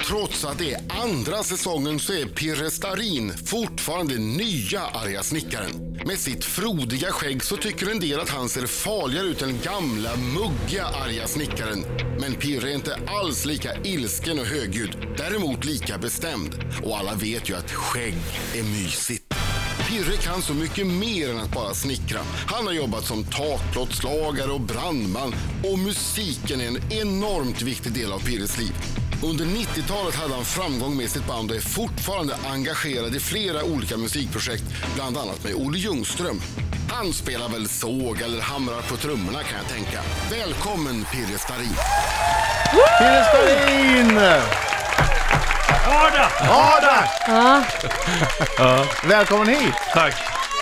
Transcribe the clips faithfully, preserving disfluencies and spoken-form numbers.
Trots att det är andra säsongen så är Pirre Starin fortfarande nya arga snickaren. Med sitt frodiga skägg så tycker en del att han ser farligare ut än gamla, muggiga arga snickaren. Men Pirre är inte alls lika ilsken och högljudd, däremot lika bestämd. Och alla vet ju att skägg är mysigt. Pirre kan så mycket mer än att bara snickra. Han har jobbat som takplåtslagare och brandman. Och musiken är en enormt viktig del av Pirres liv. Under nittiotalet hade han framgång med sitt band och är fortfarande engagerad i flera olika musikprojekt. Bland annat med Olle Ljungström. Han spelar väl såg eller hamrar på trummorna kan jag tänka. Välkommen Pirre Starin. Pirre Starin! Arda! Arda! Ja. Ja. Välkommen hit! Tack.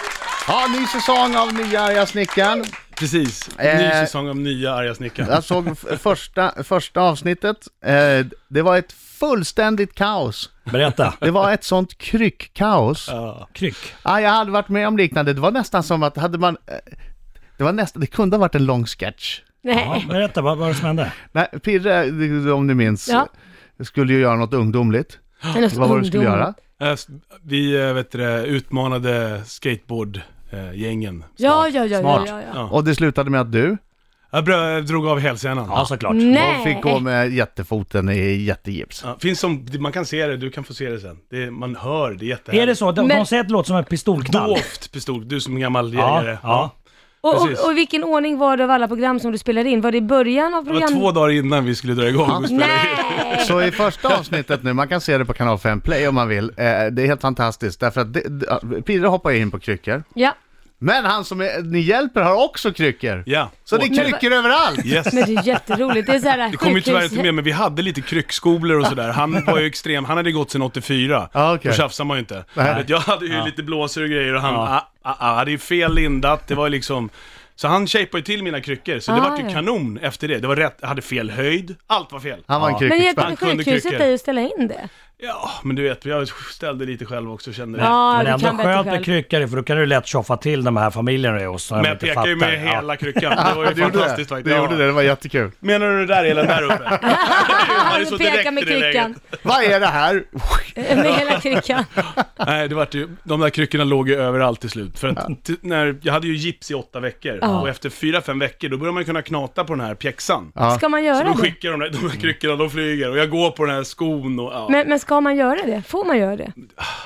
Ja, ny säsong av Nya arga snickaren. Precis, ny Eh, säsong av Nya arga snickaren. Jag såg f- första, första avsnittet. Eh, det var ett fullständigt kaos. Berätta. Det var ett sånt kryckkaos. Ja. Kryck. Ja, jag hade varit med om liknande. Det var nästan som att hade man... Eh, det var nästan... Det kunde ha varit en lång sketch. Ja, Nej. berätta, vad var det som hände? Nej, Pirre, om du minns, Ja. skulle ju göra något ungdomligt. Vad var det du skulle göra? Eh, Vi eh, vet du, utmanade skateboardgängen. Ja, ja, ja, Smart. ja, ja, ja. Ja. Och det slutade med att du Jag brö- drog av hälsenan. Ja, såklart. Nej. och fick gå med jättefoten i jättegips. Ja, finns som, man kan se det, du kan få se det sen. Det är, man hör, det är jättehärligt. Är det så? De, Men- de säger att det låter som en pistolknall. Dovt pistol, du som gammal Ja, jägare. ja. Och, Precis. och, och vilken ordning var det av alla program som du spelade in? Var det i början av Det var programmet? två dagar innan vi skulle dra igång och spela in. Nej! Så i första avsnittet nu, man kan se det på kanal fem Play om man vill. Eh, det är helt fantastiskt därför att det, det, Pirre hoppar in på kryckor. Ja, Men han som är, ni hjälper har också kryckor. Ja. Så det är Åter. kryckor överallt. Yes. men det är jätteroligt. Det är så här Det kom ju tyvärr sjukhus- inte med, men vi hade lite kryckskolor och sådär. Han var ju extrem, han hade gått sedan åttiofyra. Ja, okej. Då tjafsar man ju inte. Nej. Vet, jag hade ju lite blåsor och grejer och han Ja. ah, ah, ah, hade ju fel lindat. Det var ju liksom... Så han shapade ju till mina kryckor, så det Ah, var ju ja. kanon efter det. Det var rätt, jag hade fel höjd, allt var fel. Han var en Ja. Men kryckexpert. hjälpte Han kunde sjukhuset kryckor. dig att ställa in det? Ja, men du vet, jag ställde lite själv också, kände det. Ja, Men du ändå kan bättre skönt med själv. kryckor, för då kan du lätt tjoffa till de här familjerna är hos. Men jag pekade ju med hela kryckan, det var ju Du gjorde fantastiskt det. faktiskt. Du gjorde det, det var jättekul. Menar du det där hela där uppe? Man är Du så pekar direkt med i det läget. kryckan. Vad är det här? Med hela kryckan. Nej, det var ju, de där kryckorna låg ju överallt till slut. För att t- när, jag hade ju gips i åtta veckor. Ja. Och efter fyra, fem veckor, då börjar man kunna knata på den här pjäxan. Ja. Ska man Så göra då det? skickar de, där, de här kryckorna, de flyger. Och jag går på den här skon och ja, Men, men ska man göra det? Får man göra det?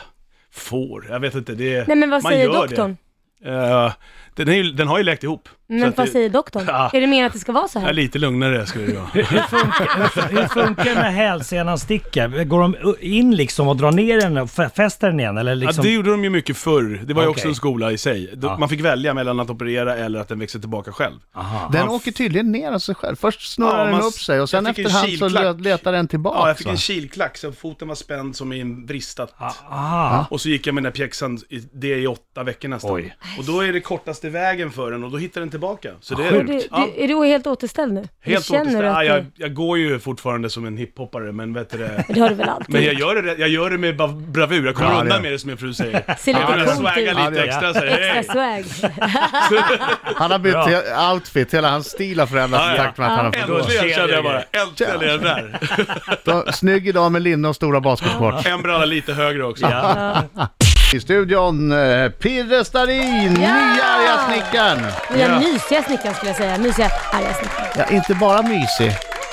får. Jag vet inte, det är... Nej, men vad man säger gör doktorn? Det. Eh, den, är ju, den har ju läkt ihop. Så Men att vad det, säger doktorn? Ja. Är det mer att det ska vara så jag är här? lite lugnare skulle det vara. Hur funkar, hur funkar det när hälsenan sticker? Går de in liksom och drar ner den och f- fäster den igen? Eller Ja, liksom... det gjorde de ju mycket förr. Det var ju Okej. också en skola i sig. Då- Ja. Man fick välja mellan att operera eller att den växer tillbaka själv. Aha. Den Han- åker tydligen ner av sig själv. Först snurrar Ja, den man- upp sig och sen jag fick en efterhand så kilklack. le- letar den tillbaka. Ja, jag fick va? en kilklack så foten var spänd som i en vristat. Aha. Och så gick jag med den här pjäxan, i, det i åtta veckor nästan. Oj. Och då är det kortaste vägen för den och då hittar den tillbaka. Så det är Och du, du, ja, är du helt återställd nu? helt du känner återställd. att Ja, det... jag, jag går ju fortfarande som en hiphoppare, men vet du det... Det har du väl alltid Men jag gjort? gör det, jag gör det med bav- bravur, jag kommer Ja, det undan är- med det som min fru säger. Ser lite Jag börjar coolt swagga ut. Ja, lite det- extra, så här, Extra hej! swag. Han har bytt Bra. he- outfit, hela hans stil har förändrats Ja, i ja. takt med att han har fått gå. Äntligen kände jag bara, äntligen är den där. Då, snygg idag med linne och stora basketshorts. En bralla lite högre också. Ja. I studion, eh, Pirre Starin, nya arga snickaren. Den Ja. mysiga snickaren skulle jag säga. Mysiga arga snickaren. Ja, inte bara mysig.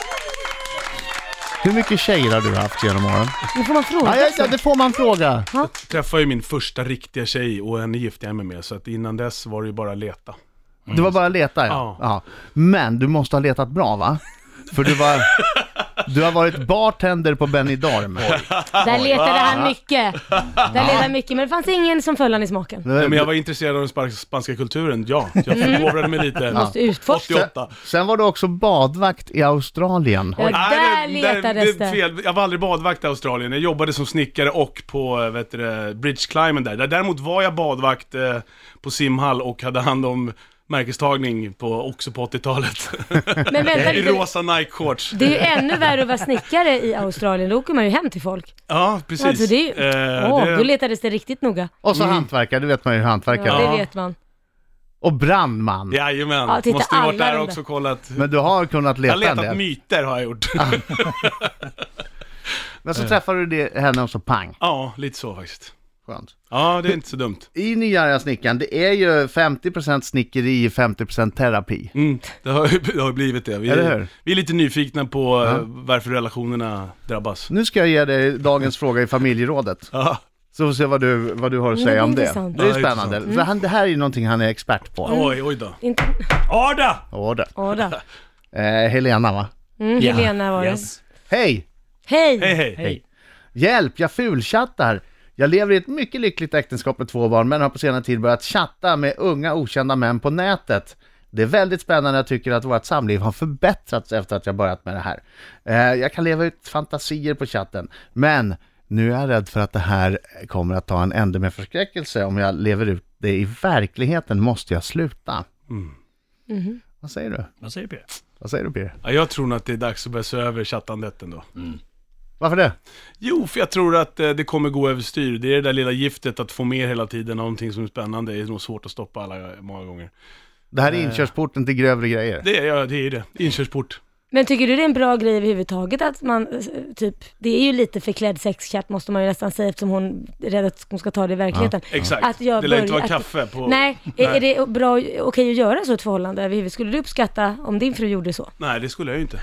Hur mycket tjejer har du haft genom åren? Nu får man fråga Ja, ja, också. ja, det får man fråga. Jag träffade ju min första riktiga tjej och henne gifte jag mig med, så att innan dess var det ju bara leta. Det var bara att leta, ja. Ja. ja. Men du måste ha letat bra, va? För du var... Du har varit bartender på Benidorm. Där letade han mycket. Där letade han mycket, men det fanns ingen som föll han i smaken. Nej, men jag var intresserad av den spanska, spanska kulturen, ja. Jag förkovrade mig lite. Måste utforska. åttioåtta. Sen var du också badvakt i Australien. Ja, där Nej, det- letades det. är det. Fel. Jag var aldrig badvakt i Australien. Jag jobbade som snickare och på vet du, det, bridge climbing där. Däremot var jag badvakt eh, på simhall och hade hand om märkestagning på, också på åttiotalet. Men vänta I lite. rosa Nike-shorts. Det är ju ännu värre att vara snickare i Australien. Då åker man ju hem till folk. Ja, precis. Alltså det är ju... Eh, Åh, det- då letades det riktigt noga. Och så hantverkare, det vet man ju hur hantverkare Ja, är. det vet man. Och brandman. Jajamän, Ja, titta, måste ju varit alla där de också där. och kollat. Men du har kunnat Jag har leta en letat del. myter har jag gjort. Men så träffar du det, henne och så pang. Ja, lite så faktiskt. Skönt. Ja, det är inte så dumt. I nya arga snickaren, det är ju femtio procent snickeri, femtio procent terapi. Mm, det har ju det har ju blivit det. Vi Eller är, hur? vi är lite nyfikna på ja. varför relationerna drabbas. Nu ska jag ge dig dagens fråga i familjerådet. Ja. Så får vi se vad du, vad du har att Mm, säga det är om det. intressant. Det är Ja, det är spännande. intressant. För han, det här är ju någonting han är expert på. Oj, oj då. Inte... Arda! Åh, det. Ja, då. Eh, Helena va? Mm, Ja, Helena var det. yes. Hej! Hej! Hej, hej. Hej. Hjälp, jag fulchattar. Jag lever i ett mycket lyckligt äktenskap med två barn, men har på senare tid börjat chatta med unga okända män på nätet. Det är väldigt spännande, jag tycker att vårt samliv har förbättrats efter att jag börjat med det här. Eh, jag kan leva ut fantasier på chatten, men nu är jag rädd för att det här kommer att ta en ände med förskräckelse. Om jag lever ut det i verkligheten måste jag sluta. Mm. Mm-hmm. Vad säger du? Vad säger Pierre? Vad säger du, Pierre? Ja, jag tror nog att det är dags att börja se över chattandet ändå. Varför det? Jo, för jag tror att eh, det kommer gå överstyr. Det är det där lilla giftet att få mer hela tiden, någonting som är spännande. Det är nog svårt att stoppa alla många gånger. Det här är inkörsporten till grövre grejer. Det är, ja, det är det. Inkörsport. Men tycker du det är en bra grej överhuvudtaget att man, eh, typ, det är ju lite förklädd sexchatt måste man ju nästan säga eftersom hon är rädd att hon ska ta det i verkligheten. Exakt. Att jag det lär inte börjar- vara att- kaffe på... Nej, är, är det bra, okej att göra så ett förhållande överhuvud? Skulle du uppskatta om din fru gjorde så? Nej, det skulle jag ju inte.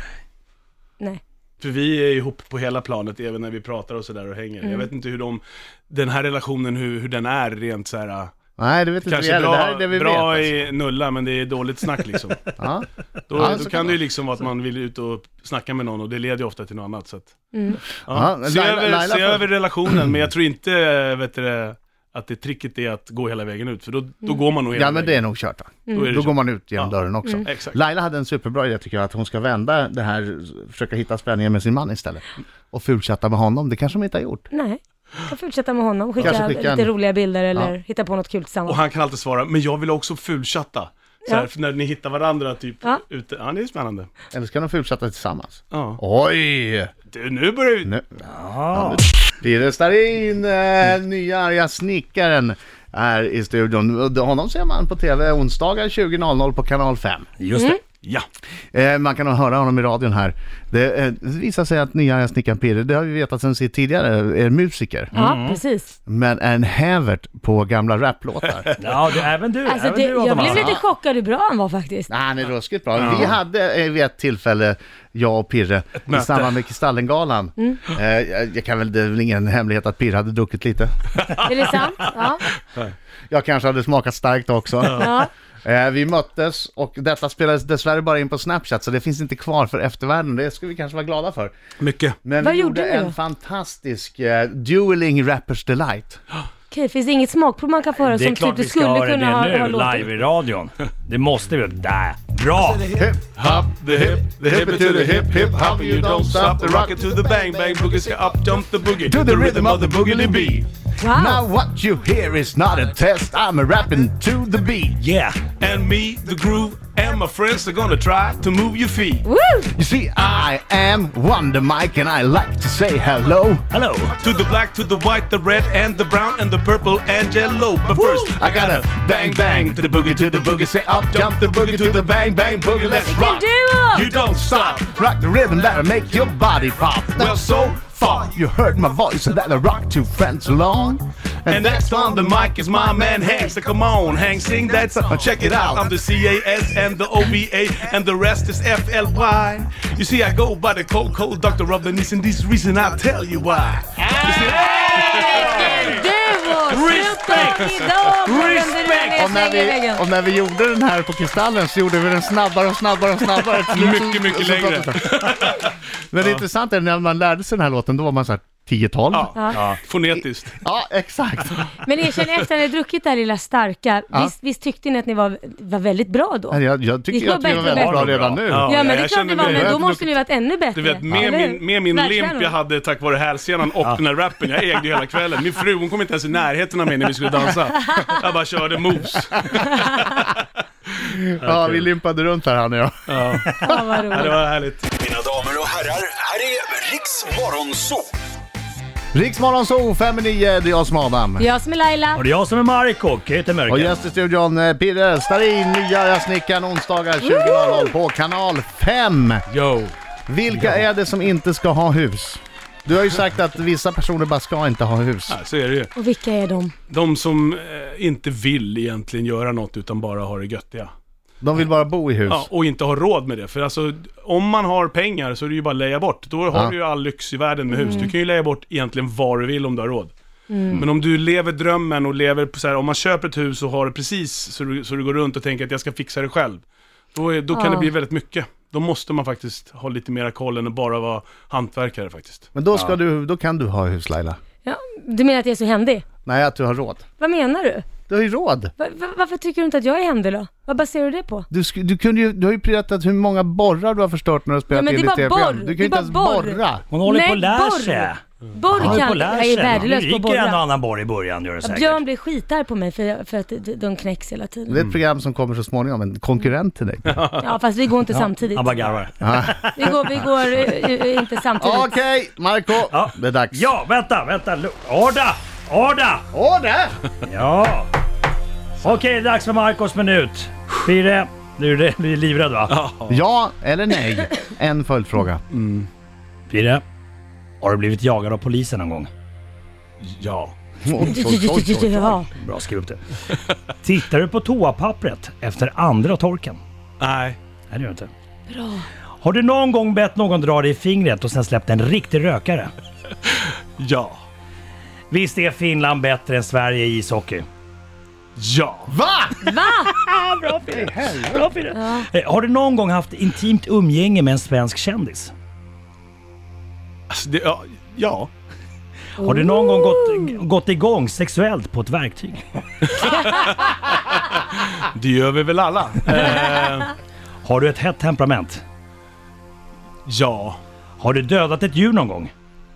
Nej. För vi är ihop på hela planet, även när vi pratar och sådär och hänger. Mm. Jag vet inte hur de... Den här relationen, hur, hur den är rent så här... Nej, det vet inte vi Kanske heller. bra, Det här är det vi bra vet. i nulla, men det är dåligt snack liksom. Alltså. Ja. Då, Ja, då så kan kan det ju man. liksom vara att man vill ut och snacka med någon och det leder ju ofta till något annat. Så att, Mm. ja. Ja, se Laila- över, Laila se får- över relationen, men jag tror inte vet du, att det tricket är att gå hela vägen ut. För då, då går man nog hela Ja, men det är vägen. nog kört då. Då, är det Då kört. går man ut genom Ja. dörren också. Exakt. Laila hade en superbra idé tycker jag, att hon ska vända det här, försöka hitta spänningen med sin man istället. Och fulchatta med honom, det kanske de inte har gjort. Nej. Jag kan fortsätta med honom, skicka, Kanske skicka lite en- roliga bilder eller Ja. hitta på något kul tillsammans. Och han kan alltid svara, men jag vill också fulchatta. Så här, Ja. för när ni hittar varandra typ Ja. ute. Ja, det är spännande. Eller ska de fulchatta tillsammans? Ja. Oj! Du, nu börjar vi... Nu. Ja. Pirre Starin, eh, nya arga snickaren, är i studion. Honom ser man på tv onsdagar tjugo noll noll på kanal fem. Just det. Ja. Eh, man kan nog höra honom i radion här. Det, eh, det visar sig att nya arga snickaren Pirre, det har vi vetat sedan sitt tidigare, är musiker. Ja, precis. Men en hävert på gamla raplåtar. Ja, det, även du. Alltså även det, du Adam jag blev Alsing. lite chockad hur bra han var faktiskt. Nej, han är ruskigt bra. Vi hade eh, vid ett tillfälle, jag och Pirre, i möte. samband med Kristallengalan. Eh, jag, jag kan väl, det är väl ingen hemlighet att Pirre hade druckit lite. Är det sant? Ja. Jag kanske hade smakat starkt också. Ja. Eh, vi möttes och detta spelades dessvärre bara in på Snapchat, så det finns inte kvar för eftervärlden. Det ska vi kanske vara glada för. Mycket. Men Vad vi gjorde gjorde ni då? en fantastisk eh, dueling Rappers Delight. Okej, finns det inget smakprov man kan få höra Det är som klart typ du vi ska skulle höra kunna ha, det ha nu, låtit? live i radion. Det måste vi. Där. Bra! Hop, the hip, the hip to the hip, hip hop, you don't stop, the rocket to the bang bang, boogie, say up, jump the boogie, To the rhythm of the boogie beat. Wow. Now what you hear is not a test, I'm a rapping to the beat. Yeah! And me, the groove, and my friends are gonna try to move your feet. Woo! You see, I am Wonder Mike and I like to say hello. Hello! To the black, to the white, the red, and the brown, and the purple, and yellow. But first, I gotta bang bang to the boogie, to the boogie, say up, jump the boogie, to the bang bang boogie, let's Vilken rock. duo! you don't stop. Rock the rhythm that'll make your body pop. Well, so far. You heard my voice and that'll rock two friends along. And next on the mic is my man Hank. So come on, Hank, sing that song. Check it out. I'm the C A S and the O B A, and the rest is F L Y. You see, I go by the cold, cold doctor of the knees, and this reason I'll tell you why. You see, Duo! Respect! Idag Respect! Och när, vi, och när vi gjorde den här på Kristallen så gjorde vi den snabbare och snabbare och snabbare. Mycket, mycket längre. Men det intressanta är när man lärde sig den här låten, då var man så här tio tolv. Ja, Ja. fonetiskt. Ja, exakt. Men erkänn efter att ni druckit det här lilla starka, Ja. visst, visst tyckte ni att ni var, var väldigt bra då? Jag, jag tycker Vi ju att vi var bättre, väldigt bra bättre. redan nu. Ja. Ja, men det är jag klart känner ni var, mig- men jag då har måste ni varit ännu bättre. Du vet, med Eller hur? min, med min Världsstjärnor. limp jag hade tack vare hälsenan och den här rappen, jag ägde ju hela kvällen. Min fru, hon kom inte ens i närheten av mig när vi skulle dansa. Jag bara körde moves. Ja, vi limpade runt här han och jag. Ja, Ja, vad ja, det roligt. var härligt. Mina damer och herrar, här är Riks Morgonzoo! Riksmorgon så fem i nio, det är jag som är Adam. Jag som är Laila. Och det är jag som är Marco, Kate Mörker. Och gäst i studion, eh, Pirre Starin, nya Jag snickaren, onsdagar tjugo noll noll på kanal fem. Yo. Vilka är det som inte ska ha hus? Du har ju sagt att vissa personer bara ska inte ha hus. Ja, så är det ju. Och vilka är de? De som eh, inte vill egentligen göra något utan bara ha det göttiga. De vill bara bo i hus. Ja, och inte ha råd med det. För alltså, om man har pengar så är det ju bara att leja bort. Då har Ja. du ju all lyx i världen med hus. Du kan ju leja bort egentligen vad du vill om du har råd. Mm. Men om du lever drömmen och lever på så här, om man köper ett hus och har det precis så du, så du går runt och tänker att jag ska fixa det själv. Då, är, då kan Ja. det bli väldigt mycket. Då måste man faktiskt ha lite mera koll än att bara vara hantverkare faktiskt. Men då, ska du, då kan du ha hus, Laila. Ja, du menar att jag är så händig? Nej, att du har råd. Vad menar du? Du har ju råd. Va, va, varför tycker du inte att jag är händig då? Vad baserar du det på? Du, sk- du, kunde ju, du har ju berättat hur många borrar du har förstört när du har spelat Ja, men in det är ditt bara tv-program. borr. Du Det kan ju är inte ens bara borr. borra. Hon håller Nej, på att lära borr. sig. Borr Hon håller kan på att lära jag är sig. värdelös Nu på att ryker en borra. annan borr i början, gör det Ja, säkert. Björn blir skitar på mig för, för att de knäcks hela tiden. Det är ett program som kommer så småningom, en konkurrent till dig. Ja, fast vi går inte samtidigt. Han bara garvar. Vi går, vi går eh, eh, inte samtidigt. Okej, Marco. Ja. Det är dags. Ja, vänta, vänta. Lu- Orda! Orda! Åh, det! Ja! Okej, det är dags för Marcos minut. Fire, du är du är livrädd va? Ja eller nej? En följdfråga. Fire, har du blivit jagad av polisen någon gång? Ja. Ja. Bra, skriv upp det. Tittar du på toapappret efter andra torken? Nej. Nej, det gör du inte. Bra. Har du någon gång bett någon dra dig i fingret och sen släppt en riktig rökare? Ja. Visst är Finland bättre än Sverige i ishockey? Ja. Va? Va? Bra Fire! Bra Fire! Eh, Har du någon gång haft intimt umgänge med en svensk kändis? Alltså, det, ja. Ja. Har du någon gång gått, gått igång sexuellt på ett verktyg? Det gör vi väl alla. Eh, Har du ett hett temperament? ja. Har du dödat ett djur någon gång?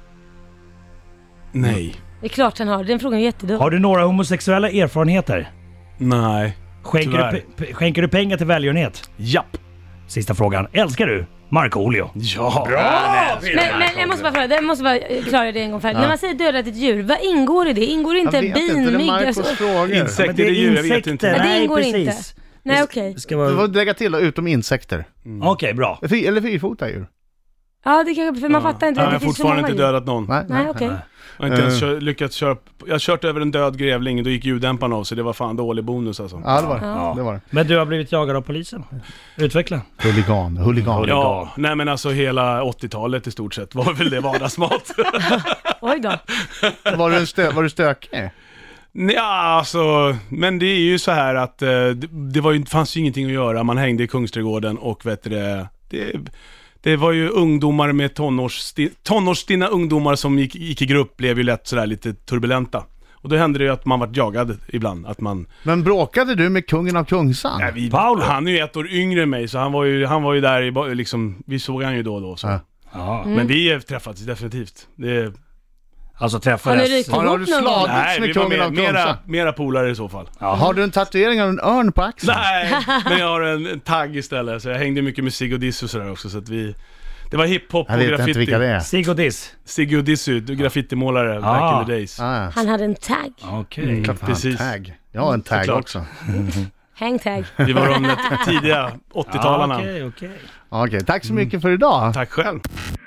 Nej. Det är klart han har. Den frågan är jättedum. Har du några homosexuella erfarenheter? Nej. Skänker Tyvärr. du, pe- pe- skänker du pengar till välgörenhet? Japp. Sista frågan. Älskar du Markoolio? Ja. Men, men jag måste bara fråga, jag måste bara klara det en gång färdigt. När man säger dödat ett djur, vad ingår i det? Ingår inte Jag vet bin, inte, det är mygg? Marcos Alltså, frågor. Insekter, Men det är det djur, jag vet insekter. inte. Ja, det Nej, ingår precis. inte. Nej, okej. Det ska Du vara... får lägga till då, utom insekter. Okej, bra. Fy, eller fyrfota djur. Ja, det kanske, för man fattar inte. Jag Det har finns så fortfarande många inte djur. dödat någon. Nej, Nej, okej. Jag har inte ens Eh. kör, lyckats köra... Jag har kört över en död grävling, då gick ljuddämparen av, så det var fan dålig bonus alltså. Ja, det var det. Ja. det, var det. Men du har blivit jagad av polisen. Utveckla. Huligan, huligan. Ja, nej men alltså hela åttiotalet i stort sett var väl det vardagsmat. Oj då. Var du, stö, var du stökig? Ja, alltså, men det är ju så här att eh, det, det var ju, fanns ju ingenting att göra. Man hängde i Kungsträdgården och vet du det, det, det var ju ungdomar med tonårssti, tonårsstinna ungdomar som gick, gick i grupp, blev ju lätt sådär lite turbulenta. Och då hände det ju att man vart jagad ibland, att man... Men bråkade du med kungen av Kungsan? Ja, vi, Paolo. han är ju ett år yngre än mig, så han var ju, han var ju där i, ba- liksom, vi såg han ju då och då så. Ja. Ja. Men vi har träffats definitivt. Det, Alltså Har ni träffades... rykt Har, har du ihop någon gång? slagits nej, med vi var kungen mer, av mera, Kungsan? mera polare i så fall. Har du en tatuering av en örn på axeln? Nej, men jag har en, en tagg istället, så jag hängde mycket med Sigge och Dissu och sådär också, så att vi... Det var hiphop Jag och vet inte graffiti. vilka det är. Sig och diss. Sigge och Dissu, du graffitimålare Ah. back in the days. Ah, Han hade en tagg. Okej. Mm. klart han precis. har en tag. Jag har en tag Såklart. också. Hangtag. Vi var de tidiga åttiotalarna. Okej, okej. Okej, tack så mycket för idag. Tack själv.